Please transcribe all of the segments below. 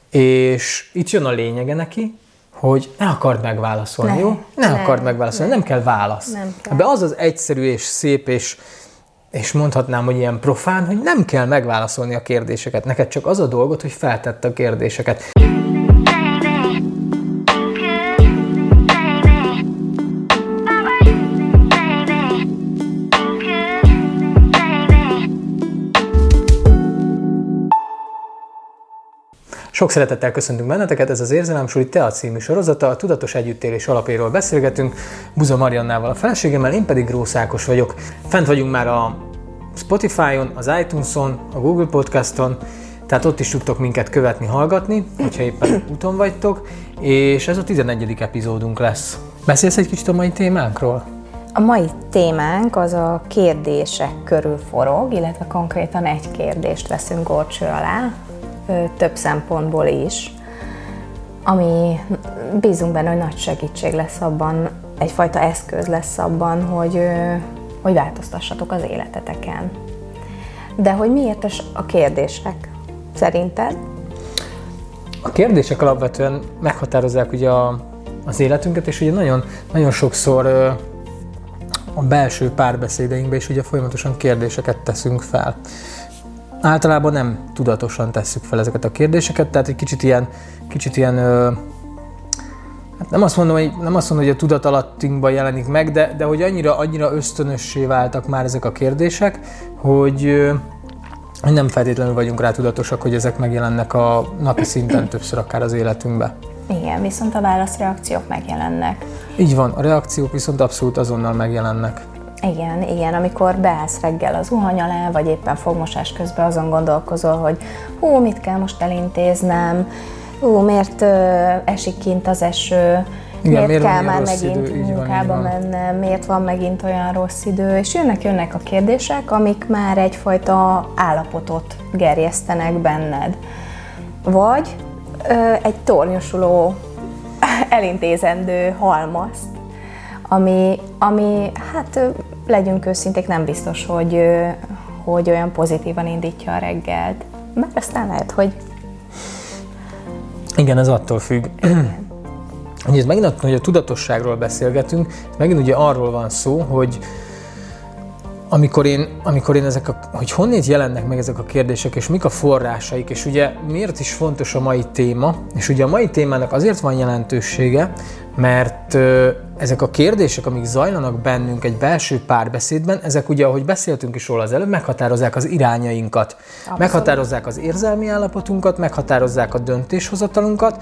És itt jön a lényege neki, hogy ne akard megválaszolni, jó? Ne akard megválaszolni, nem kell válasz. Ebben az az egyszerű és szép, és mondhatnám, hogy ilyen profán, hogy nem kell megválaszolni a kérdéseket. Neked csak az a dolgot, hogy feltette a kérdéseket. Sok szeretettel köszöntünk benneteket, ez az Érzelemsuli Tea című sorozata, a tudatos együttélés alapjáról beszélgetünk, Buza Mariannával, a feleségemmel, én pedig Grósz Ákos vagyok. Fent vagyunk már a Spotify-on, az iTunes-on, a Google Podcast-on, tehát ott is tudtok minket követni, hallgatni, hogyha éppen úton vagytok, és ez a 11. epizódunk lesz. Beszélsz egy kicsit a mai témánkról? A mai témánk az a kérdések körül forog, illetve konkrétan egy kérdést veszünk górcső alá, több szempontból is, ami bízunk benne, hogy nagy segítség lesz abban, egyfajta eszköz lesz abban, hogy változtassatok az életeteken. De hogy miért a kérdések szerinted? A kérdések alapvetően meghatározzák ugye az életünket, és ugye nagyon, nagyon sokszor a belső párbeszédeinkben is ugye folyamatosan kérdéseket teszünk fel. Általában nem tudatosan tesszük fel ezeket a kérdéseket, tehát egy kicsit ilyen hát nem azt mondom, hogy a tudatalattunkban jelenik meg, de hogy annyira ösztönössé váltak már ezek a kérdések, hogy nem feltétlenül vagyunk rá tudatosak, hogy ezek megjelennek a napi szinten többször akár az életünkben. Igen, viszont a válaszreakciók megjelennek. Így van, a reakciók viszont abszolút azonnal megjelennek. Igen, amikor beállsz reggel az zuhany alá, vagy éppen fogmosás közben azon gondolkozol, hogy mit kell most elintéznem, miért esik kint az eső, miért kell már megint munkába mennem, miért van megint olyan rossz idő, és jönnek a kérdések, amik már egyfajta állapotot gerjesztenek benned. Vagy egy tornyosuló, elintézendő halmazt, ami hát legyünk őszinték, nem biztos, hogy olyan pozitívan indítja a reggelt. Mert aztán lehet, hogy... Igen, ez attól függ. Ez megint, hogy a tudatosságról beszélgetünk, megint ugye arról van szó, hogy amikor én hogy honnét jelennek meg ezek a kérdések, és mik a forrásaik, és ugye miért is fontos a mai téma, és ugye a mai témának azért van jelentősége, mert ezek a kérdések, amik zajlanak bennünk egy belső párbeszédben, ezek ugye, ahogy beszéltünk is róla az előbb, meghatározzák az irányainkat, abszolút. Meghatározzák az érzelmi állapotunkat, meghatározzák a döntéshozatalunkat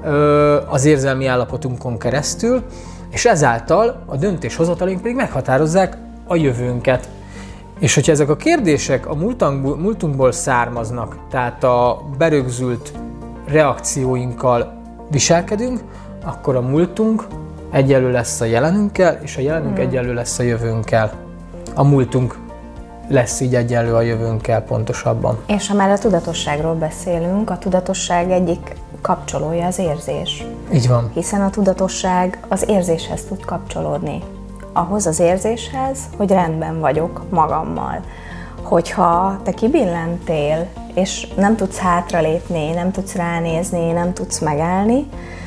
az érzelmi állapotunkon keresztül, és ezáltal a döntéshozatalunk pedig meghatározzák a jövőnket. És hogyha ezek a kérdések a múltunkból származnak, tehát a berögzült reakcióinkkal viselkedünk, akkor a múltunk egyenlő lesz a jelenünkkel, és a jelenünk egyenlő lesz a jövőnkkel. A múltunk lesz így egyenlő a jövőnkkel pontosabban. És ha már a tudatosságról beszélünk, a tudatosság egyik kapcsolója az érzés. Így van. Hiszen a tudatosság az érzéshez tud kapcsolódni. Ahhoz az érzéshez, hogy rendben vagyok magammal. Hogyha te kibillentél, és nem tudsz hátralépni, nem tudsz ránézni, nem tudsz megállni,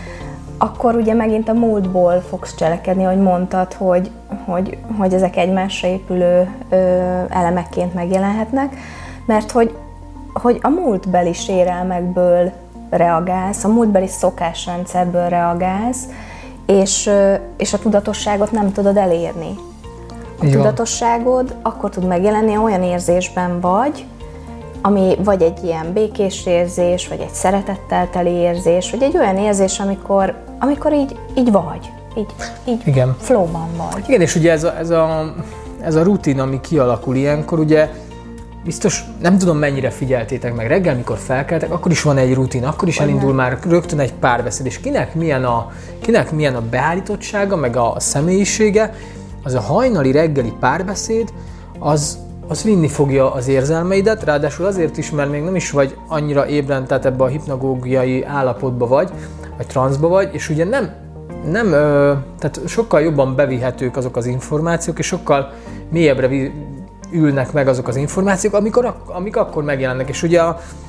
akkor ugye megint a múltból fogsz cselekedni, hogy mondtad, hogy ezek egymásra épülő elemekként megjelenhetnek, mert hogy a múltbeli sérelmekből reagálsz, a múltbeli szokásrendszerből reagálsz, és a tudatosságot nem tudod elérni. A tudatosságod akkor tud megjelenni, olyan érzésben vagy, ami vagy egy ilyen békés érzés, vagy egy szeretettel teli érzés, vagy egy olyan érzés, amikor így vagy, így flowban vagy. Igen, és ugye ez a rutin, ami kialakul ilyenkor, ugye biztos, nem tudom mennyire figyeltétek meg, reggel, mikor felkeltek, akkor is van egy rutin, akkor is elindul már rögtön egy párbeszéd, és kinek milyen a beállítottsága, meg a személyisége, az a hajnali reggeli párbeszéd, az vinni fogja az érzelmeidet, ráadásul azért is, mert még nem is vagy annyira ébren, tehát ebbe a hipnagógiai állapotba vagy transzba vagy, és ugye tehát sokkal jobban bevihetők azok az információk, és sokkal mélyebbre ülnek meg azok az információk, amik akkor megjelennek. És ugye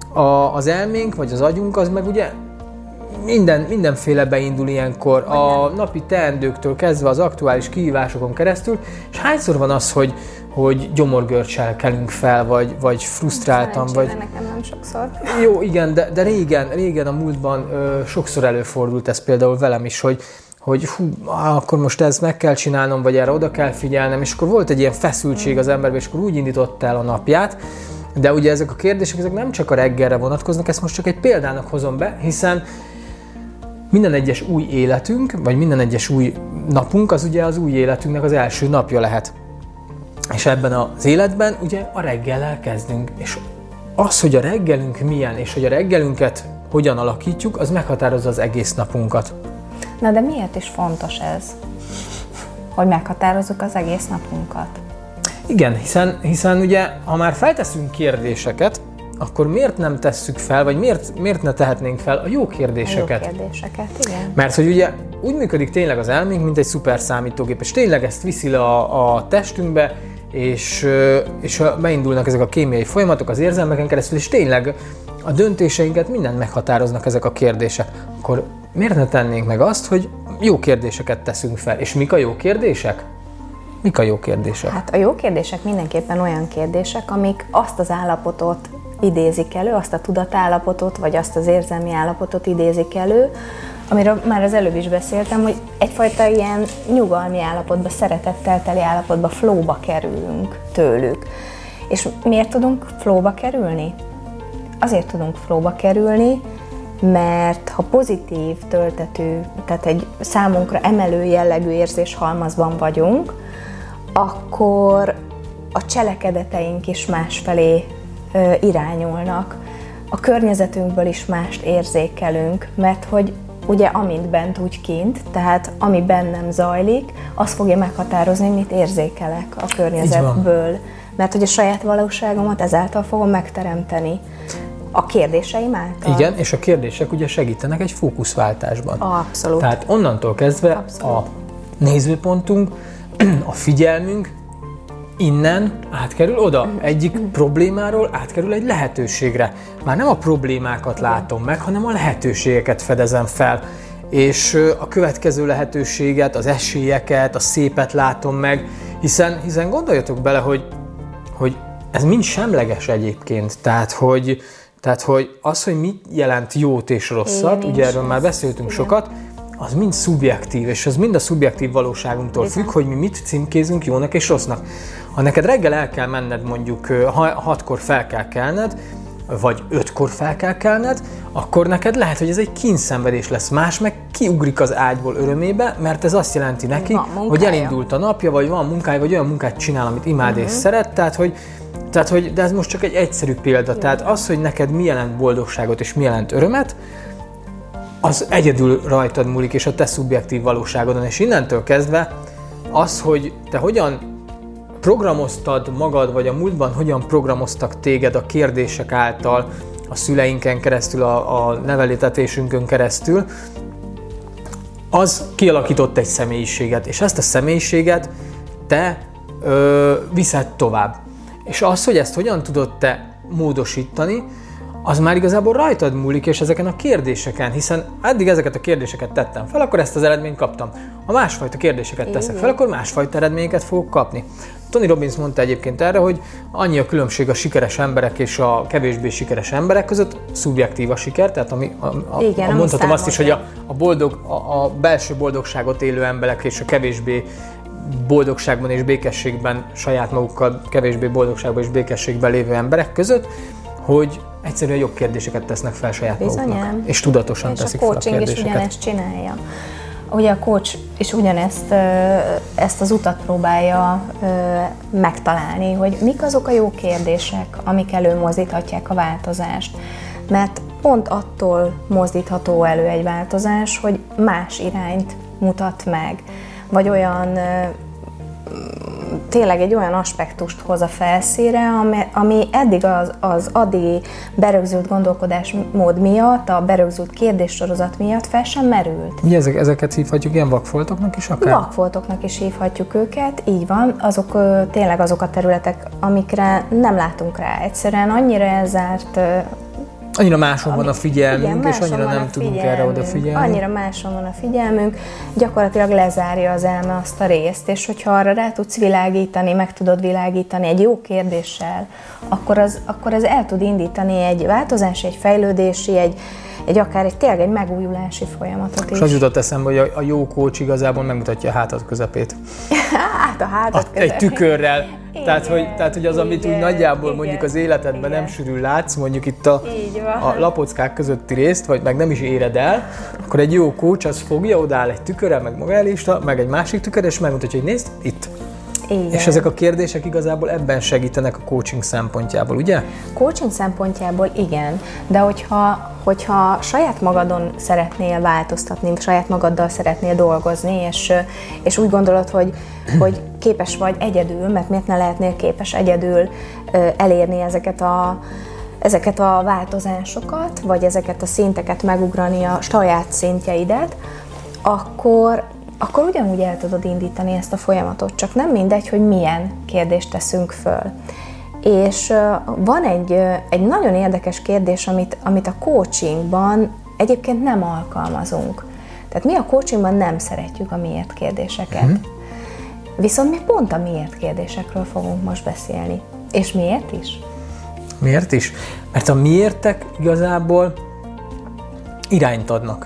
Az elménk, vagy az agyunk, az meg ugye mindenféle beindul ilyenkor, a napi teendőktől kezdve az aktuális kihívásokon keresztül, és hányszor van az, hogy gyomorgörcsel kelünk fel, vagy frusztráltan, vagy... nekem nem sokszor. Jó, igen, de régen a múltban sokszor előfordult ez például velem is, hogy akkor most ezt meg kell csinálnom, vagy erre oda kell figyelnem, és akkor volt egy ilyen feszültség az emberben, és akkor úgy indította el a napját, de ugye ezek a kérdések ezek nem csak a reggelre vonatkoznak, ezt most csak egy példának hozom be, hiszen minden egyes új életünk, vagy minden egyes új napunk, az ugye az új életünknek az első napja lehet. És ebben az életben ugye a reggellel kezdünk, és az, hogy a reggelünk milyen, és hogy a reggelünket hogyan alakítjuk, az meghatározza az egész napunkat. Na de miért is fontos ez, hogy meghatározzuk az egész napunkat? Igen, hiszen ugye, ha már felteszünk kérdéseket, akkor miért nem tesszük fel, vagy miért ne tehetnénk fel a jó kérdéseket? A jó kérdéseket, igen. Mert hogy ugye úgy működik tényleg az elménk, mint egy szuper számítógép, és tényleg ezt viszi le a testünkbe, és beindulnak ezek a kémiai folyamatok az érzelmeken keresztül, és tényleg a döntéseinket mindent meghatároznak ezek a kérdések. Akkor miért ne tennénk meg azt, hogy jó kérdéseket teszünk fel? És mik a jó kérdések? Mik a jó kérdések? Hát a jó kérdések mindenképpen olyan kérdések, amik azt az állapotot idézik elő, azt a tudatállapotot, vagy azt az érzelmi állapotot idézik elő, amiről már az előbb is beszéltem, hogy egyfajta ilyen nyugalmi állapotba, szeretettel teli állapotba, flowba kerülünk tőlük. És miért tudunk flowba kerülni? Azért tudunk flowba kerülni, mert ha pozitív töltetű, tehát egy számunkra emelő jellegű érzéshalmazban vagyunk, akkor a cselekedeteink is másfelé irányulnak. A környezetünkből is mást érzékelünk, mert hogy ugye amint bent, úgy kint, tehát ami bennem zajlik, az fogja meghatározni, mit érzékelek a környezetből. Mert hogy a saját valóságomat ezáltal fogom megteremteni. A kérdéseim által. Igen, és a kérdések ugye segítenek egy fókuszváltásban. Abszolút. Tehát onnantól kezdve Abszolút. A nézőpontunk, a figyelmünk innen átkerül oda. Egyik problémáról átkerül egy lehetőségre. Már nem a problémákat látom meg, hanem a lehetőségeket fedezem fel. És a következő lehetőséget, az esélyeket, a szépet látom meg, hiszen gondoljatok bele, hogy ez mind semleges egyébként. Tehát, hogy az, hogy mit jelent jót és rosszat, ugye erről már beszéltünk sokat, az mind szubjektív, és az mind a szubjektív valóságunktól függ, hogy mi mit címkézünk jónak és rossznak. Ha neked reggel el kell menned, mondjuk 6-kor fel kell kelned, vagy 5-kor fel kell kelned, akkor neked lehet, hogy ez egy kínszenvedés lesz. Más meg kiugrik az ágyból örömébe, mert ez azt jelenti neki, hogy elindult a napja, vagy van munkája, vagy olyan munkát csinál, amit imád és szeret, tehát hogy, de ez most csak egy egyszerű példa. Tehát az, hogy neked mi jelent boldogságot és mi jelent örömet, az egyedül rajtad múlik, és a te szubjektív valóságodon. És innentől kezdve az, hogy te hogyan programoztad magad, vagy a múltban hogyan programoztak téged a kérdések által, a szüleinken keresztül, a neveltetésünkön keresztül, az kialakított egy személyiséget, és ezt a személyiséget te viszed tovább. És az, hogy ezt hogyan tudod te módosítani, az már igazából rajtad múlik, és ezeken a kérdéseken, hiszen eddig ezeket a kérdéseket tettem fel, akkor ezt az eredményt kaptam. Ha másfajta kérdéseket teszek fel, akkor másfajta eredményeket fogok kapni. Tony Robbins mondta egyébként erre, hogy annyi a különbség a sikeres emberek és a kevésbé sikeres emberek között, szubjektív a siker, tehát mondhatom azt is, hogy a belső boldogságot élő emberek és a kevésbé boldogságban és békességben, saját magukkal kevésbé boldogságban és békességben lévő emberek között, hogy egyszerűen jobb kérdéseket tesznek fel saját maguknak, és tudatosan teszik fel a kérdéseket. És a coaching is ugyanezt csinálja. Ugye a coach is ugyanezt ezt az utat próbálja megtalálni, hogy mik azok a jó kérdések, amik előmozdíthatják a változást. Mert pont attól mozdítható elő egy változás, hogy más irányt mutat meg, vagy olyan tényleg egy olyan aspektust hoz a felszínre, ami eddig az addigi berögzült gondolkodásmód miatt, a berögzült kérdéssorozat miatt fel sem merült. Ugye ezeket hívhatjuk ilyen vakfoltoknak is akár? Vakfoltoknak is hívhatjuk őket, így van. Azok tényleg azok a területek, amikre nem látunk rá. Egyszerűen annyira elzárt Annyira máson van a figyelmünk, és annyira nem tudunk erre odafigyelni. Annyira máson van a figyelmünk, gyakorlatilag lezárja az elme azt a részt, és hogyha arra rá tudsz világítani, meg tudod világítani egy jó kérdéssel, akkor az el tud indítani egy változási, egy fejlődési, tényleg egy megújulási folyamatot is. És az jutott eszembe, hogy a jó coach igazából megmutatja a hátad közepét. A hátad közepét. Egy tükörrel. Tehát, hogy az, amit úgy nagyjából mondjuk az életedben nem sűrűn látsz, mondjuk itt a lapockák közötti részt, vagy meg nem is éred el, akkor egy jó coach az fogja, odaáll egy tükörrel, meg maga elé, meg egy másik tükör, és megmutatja, hogy nézd, itt. Igen. És ezek a kérdések igazából ebben segítenek a coaching szempontjából, ugye? Coaching szempontjából igen, de hogyha saját magadon szeretnél változtatni, saját magaddal szeretnél dolgozni, és úgy gondolod, hogy képes vagy egyedül, mert miért ne lehetnél képes egyedül elérni ezeket a változásokat, vagy ezeket a szinteket megugrani a saját szintjeidet, akkor ugyanúgy el tudod indítani ezt a folyamatot, csak nem mindegy, hogy milyen kérdést teszünk föl. És van egy nagyon érdekes kérdés, amit a coachingban egyébként nem alkalmazunk. Tehát mi a coachingban nem szeretjük a miért kérdéseket. Viszont mi pont a miért kérdésekről fogunk most beszélni. És miért is? Miért is? Mert a miértek igazából irányt adnak.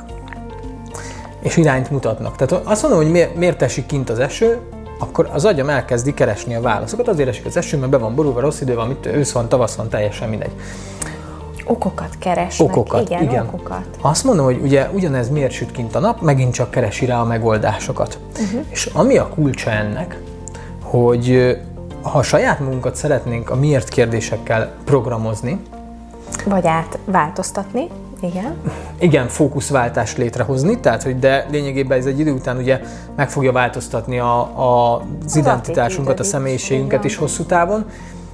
És irányt mutatnak. Tehát azt mondom, hogy miért esik kint az eső, akkor az agyam elkezdi keresni a válaszokat. Azért esik az eső, mert be van borulva, rossz idő van, ősz van, tavasz van, teljesen mindegy. Okokat keresnek. Igen. Okokat. Azt mondom, hogy ugye ugyanez miért süt kint a nap, megint csak keresi rá a megoldásokat. És ami a kulcsa ennek, hogy ha a saját magunkat szeretnénk a miért kérdésekkel programozni, vagy átváltoztatni, igen, fókuszváltást létrehozni, tehát hogy de lényegében ez egy idő után ugye meg fogja változtatni az identitásunkat, a személyiségünket is hosszú távon,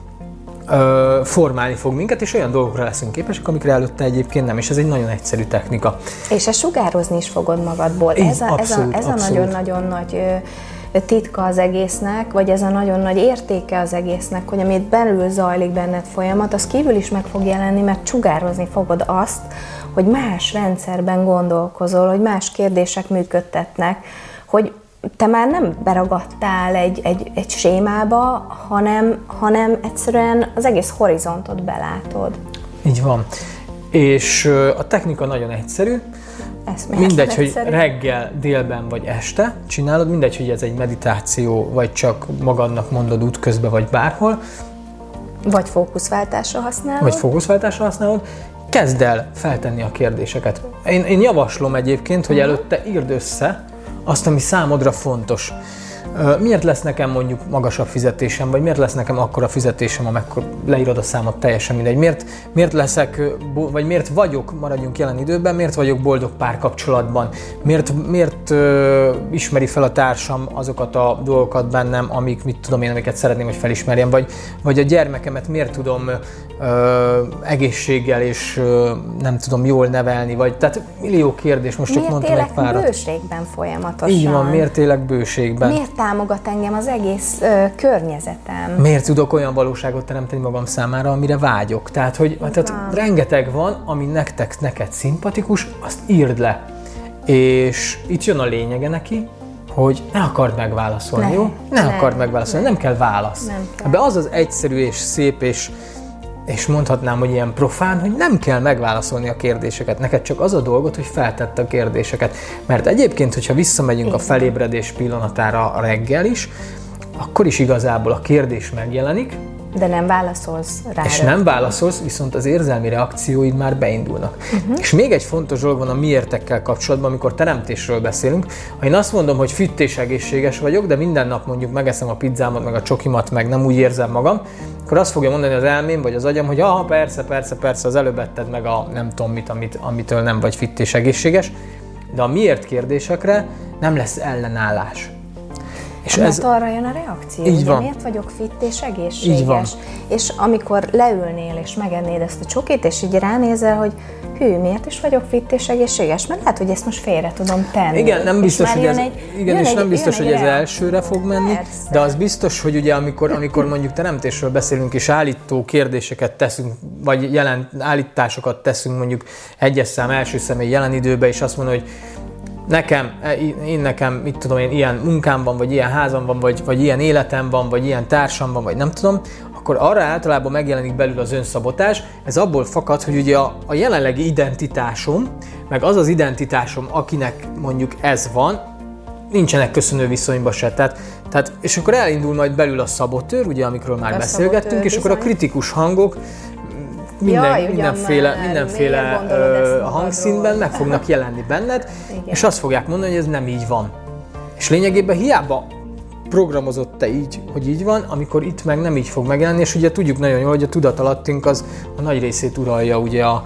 formálni fog minket, és olyan dolgokra leszünk képesek, amikre előtte egyébként nem, és ez egy nagyon egyszerű technika. És ezt sugározni is fogod magadból. Ez a nagyon-nagyon nagy titka az egésznek, vagy ez a nagyon nagy értéke az egésznek, hogy amit belül zajlik benned folyamat, az kívül is meg fog jelenni, mert sugározni fogod azt, hogy más rendszerben gondolkozol, hogy más kérdések működtetnek, hogy te már nem beragadtál egy sémába, hanem egyszerűen az egész horizontot belátod. Így van. És a technika nagyon egyszerű. Mindegy, hogy reggel, délben vagy este csinálod, mindegy, hogy ez egy meditáció, vagy csak magadnak mondod útközben, vagy bárhol. Vagy fókuszváltásra használod. Kezd el feltenni a kérdéseket. Én javaslom egyébként, hogy előtte írd össze azt, ami számodra fontos. Miért lesz nekem mondjuk magasabb fizetésem, vagy miért lesz nekem akkora fizetésem, amikor leírod a számot, teljesen mindegy. Miért leszek, vagy miért vagyok, maradjunk jelen időben, miért vagyok boldog párkapcsolatban, miért ismeri fel a társam azokat a dolgokat bennem, amiket szeretném, hogy felismerjem, vagy a gyermekemet miért tudom egészséggel és nem tudom jól nevelni, vagy tehát millió kérdés, most csak mondtam egy párat. Miért élek bőségben folyamatosan? Így van, miért élek bőségben? Miért támogat engem az egész környezetem? Miért tudok olyan valóságot teremteni magam számára, amire vágyok? Tehát rengeteg van, ami neked szimpatikus, azt írd le. És itt jön a lényege neki, hogy ne akard megválaszolni, jó? Ne akard megválaszolni, nem kell válasz. Ebben az egyszerű és szép és mondhatnám, hogy ilyen profán, hogy nem kell megválaszolni a kérdéseket. Neked csak az a dolgot, hogy feltedd a kérdéseket. Mert egyébként, hogyha visszamegyünk a felébredés pillanatára reggel is, akkor is igazából a kérdés megjelenik. De nem válaszolsz rá. És nem válaszolsz, viszont az érzelmi reakcióid már beindulnak. És még egy fontos dolog van a miértekkel kapcsolatban, amikor teremtésről beszélünk. Ha én azt mondom, hogy fit és egészséges vagyok, de minden nap mondjuk megeszem a pizzámat, meg a csokimat, meg nem úgy érzem magam, akkor azt fogja mondani az elmém, vagy az agyam, hogy persze, az előbb etted meg a nem tudom mit, amitől nem vagy fit és egészséges. De a miért kérdésekre nem lesz ellenállás. És mert arra jön a reakció, így ugye van. Miért vagyok fit és egészséges? És amikor leülnél és megennéd ezt a csokit, és így ránézel, hogy hű, miért is vagyok fit és egészséges? Mert lehet, hogy ezt most félre tudom tenni. Igen, nem biztos, hogy ez, nem biztos, hogy ez elsőre fog menni, persze. de az biztos, hogy ugye amikor mondjuk teremtésről beszélünk és állító kérdéseket teszünk, vagy állításokat teszünk mondjuk egyes szám első személy jelen időben, és azt mondom, hogy nekem, mit tudom én, ilyen munkám van, vagy ilyen házam van, vagy ilyen életem van, vagy ilyen társam van, vagy nem tudom, akkor arra általában megjelenik belül az önszabotás. Ez abból fakad, hogy ugye a jelenlegi identitásom, meg az identitásom, akinek mondjuk ez van, nincsenek köszönő viszonyba se. Tehát, és akkor elindul majd belül a szabotőr, ugye, amikről már beszélgettünk, és akkor a kritikus hangok mindenféle hangszínben meg fognak jelenni benned, igen. És azt fogják mondani, hogy ez nem így van. És lényegében hiába programozott te így, hogy így van, amikor itt meg nem így fog megjelenni, és ugye tudjuk nagyon jól, hogy a tudatalattunk az a nagy részét uralja ugye a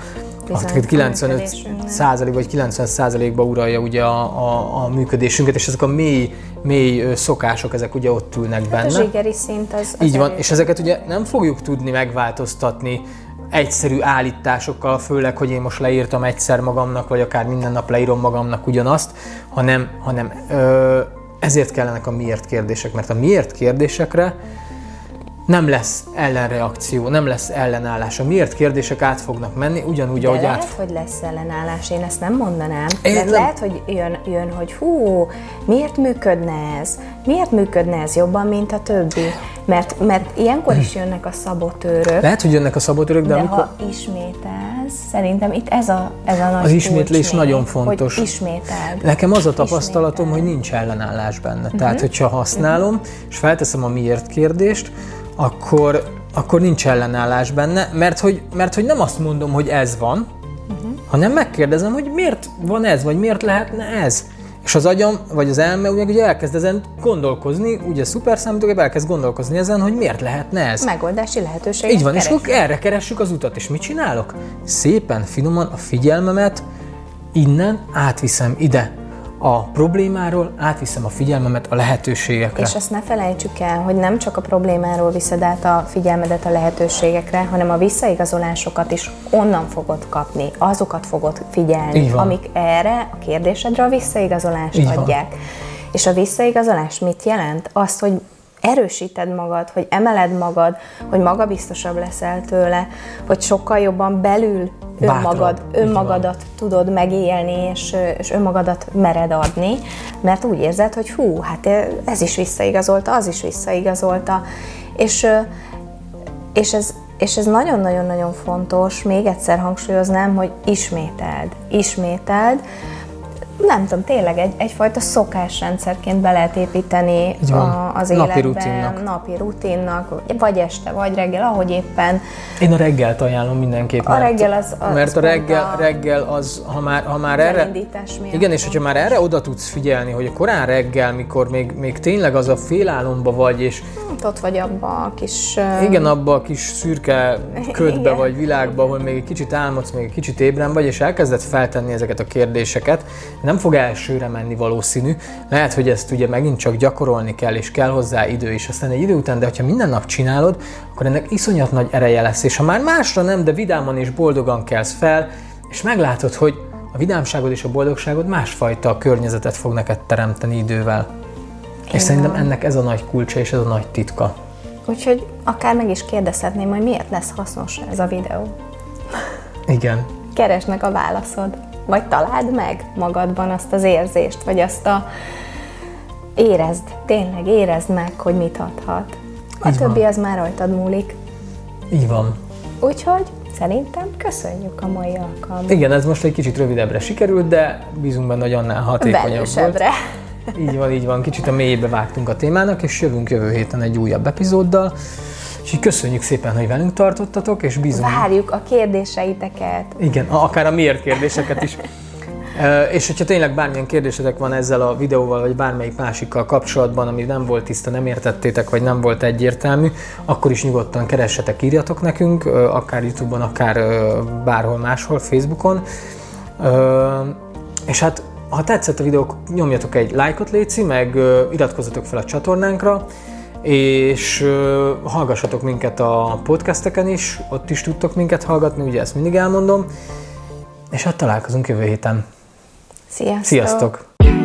95% vagy 90%-ba uralja ugye a működésünket, és ezek a mély szokások, ezek ugye ott ülnek benne. A zsigeri szint az így van, és ezeket ugye nem fogjuk tudni megváltoztatni egyszerű állításokkal, főleg, hogy én most leírtam egyszer magamnak, vagy akár minden nap leírom magamnak ugyanazt, hanem ezért kellenek a miért kérdések, mert a miért kérdésekre nem lesz ellenreakció, nem lesz ellenállás. A miért kérdések át fognak menni, ugyanúgy, ahogy lehet, hogy lesz ellenállás, én ezt nem mondanám. De lehet, hogy jön, hogy hú, miért működne ez? Miért működne ez jobban, mint a többi? Mert ilyenkor is jönnek a szabotőrök. Lehet, hogy jönnek a szabotőrök, de amikor... ha ismételsz, szerintem itt ez a nagy az ismétlés kulcs nagyon még, fontos. Hogy ismételd. Nekem az a tapasztalatom, hogy nincs ellenállás benne. Tehát, hogyha használom, és felteszem a miért kérdést, akkor nincs ellenállás benne, mert hogy nem azt mondom, hogy ez van, hanem megkérdezem, hogy miért van ez, vagy miért lehetne ez. És az agyam, vagy az elme ugye elkezd ezen gondolkozni, ugye szuper számítógép elkezd gondolkozni ezen, hogy miért lehetne ez. Megoldási lehetőséget így van, és akkor erre keressük az utat. És mit csinálok? Szépen, finoman a figyelmemet innen átviszem ide. A problémáról átviszem a figyelmemet a lehetőségekre. És azt ne felejtsük el, hogy nem csak a problémáról viszed át a figyelmedet a lehetőségekre, hanem a visszaigazolásokat is onnan fogod kapni, azokat fogod figyelni, amik erre a kérdésedre a visszaigazolást adják. És a visszaigazolás mit jelent? Azt, hogy erősíted magad, hogy emeled magad, hogy magabiztosabb leszel tőle, hogy sokkal jobban belül önmagadat tudod megélni, és önmagadat mered adni, mert úgy érzed, hogy hú, hát ez is visszaigazolta, az is visszaigazolta, és ez nagyon-nagyon-nagyon fontos, még egyszer hangsúlyoznám, hogy ismételd, nem tudom, tényleg egyfajta szokásrendszerként be lehet építeni az életben, napi rutinnak, vagy este, vagy reggel, ahogy éppen. Én a reggelt ajánlom mindenképp. A reggel az mert a reggel az, ha már erre... Igen, és hogyha már erre oda tudsz figyelni, hogy a korán reggel, mikor még tényleg az a félálomba vagy, és... Ott vagy abba a kis... Igen, abba a kis szürke ködbe vagy világba, ahol még egy kicsit álmodsz, még egy kicsit ébren vagy, és elkezded feltenni ezeket a kérdéseket. Nem fog elsőre menni valószínű. Lehet, hogy ezt ugye megint csak gyakorolni kell, és kell hozzá idő is. Aztán egy idő után, de ha minden nap csinálod, akkor ennek iszonyat nagy ereje lesz. És ha már másra nem, de vidáman és boldogan kelsz fel, és meglátod, hogy a vidámságod és a boldogságod másfajta környezetet fog neked teremteni idővel. És szerintem ennek ez a nagy kulcsa és ez a nagy titka. Úgyhogy akár meg is kérdezhetném, hogy miért lesz hasznos ez a videó. Igen. Keresd meg a válaszod. Vagy találd meg magadban azt az érzést, vagy azt érezd meg, hogy mit adhat. A többi az már rajtad múlik. Így van. Úgyhogy szerintem köszönjük a mai alkalmat. Igen, ez most egy kicsit rövidebbre sikerült, de bízunk benne, hogy annál hatékonyabb volt. Így van, kicsit a mélyébe vágtunk a témának, és jövünk jövő héten egy újabb epizóddal. És köszönjük szépen, hogy velünk tartottatok, és bízunk. Várjuk a kérdéseiteket. Igen, akár a miért kérdéseket is. És hogyha tényleg bármilyen kérdésetek van ezzel a videóval, vagy bármelyik másikkal kapcsolatban, ami nem volt tiszta, nem értettétek, vagy nem volt egyértelmű, akkor is nyugodtan keressetek, írjatok nekünk, akár YouTube-on, akár bárhol máshol, Facebookon. És hát Ha tetszett a videó, nyomjatok egy lájkot, léci, meg iratkozzatok fel a csatornánkra, és hallgassatok minket a podcasteken is, ott is tudtok minket hallgatni, ugye ezt mindig elmondom, és hát találkozunk jövő héten. Sziasztok! Sziasztok!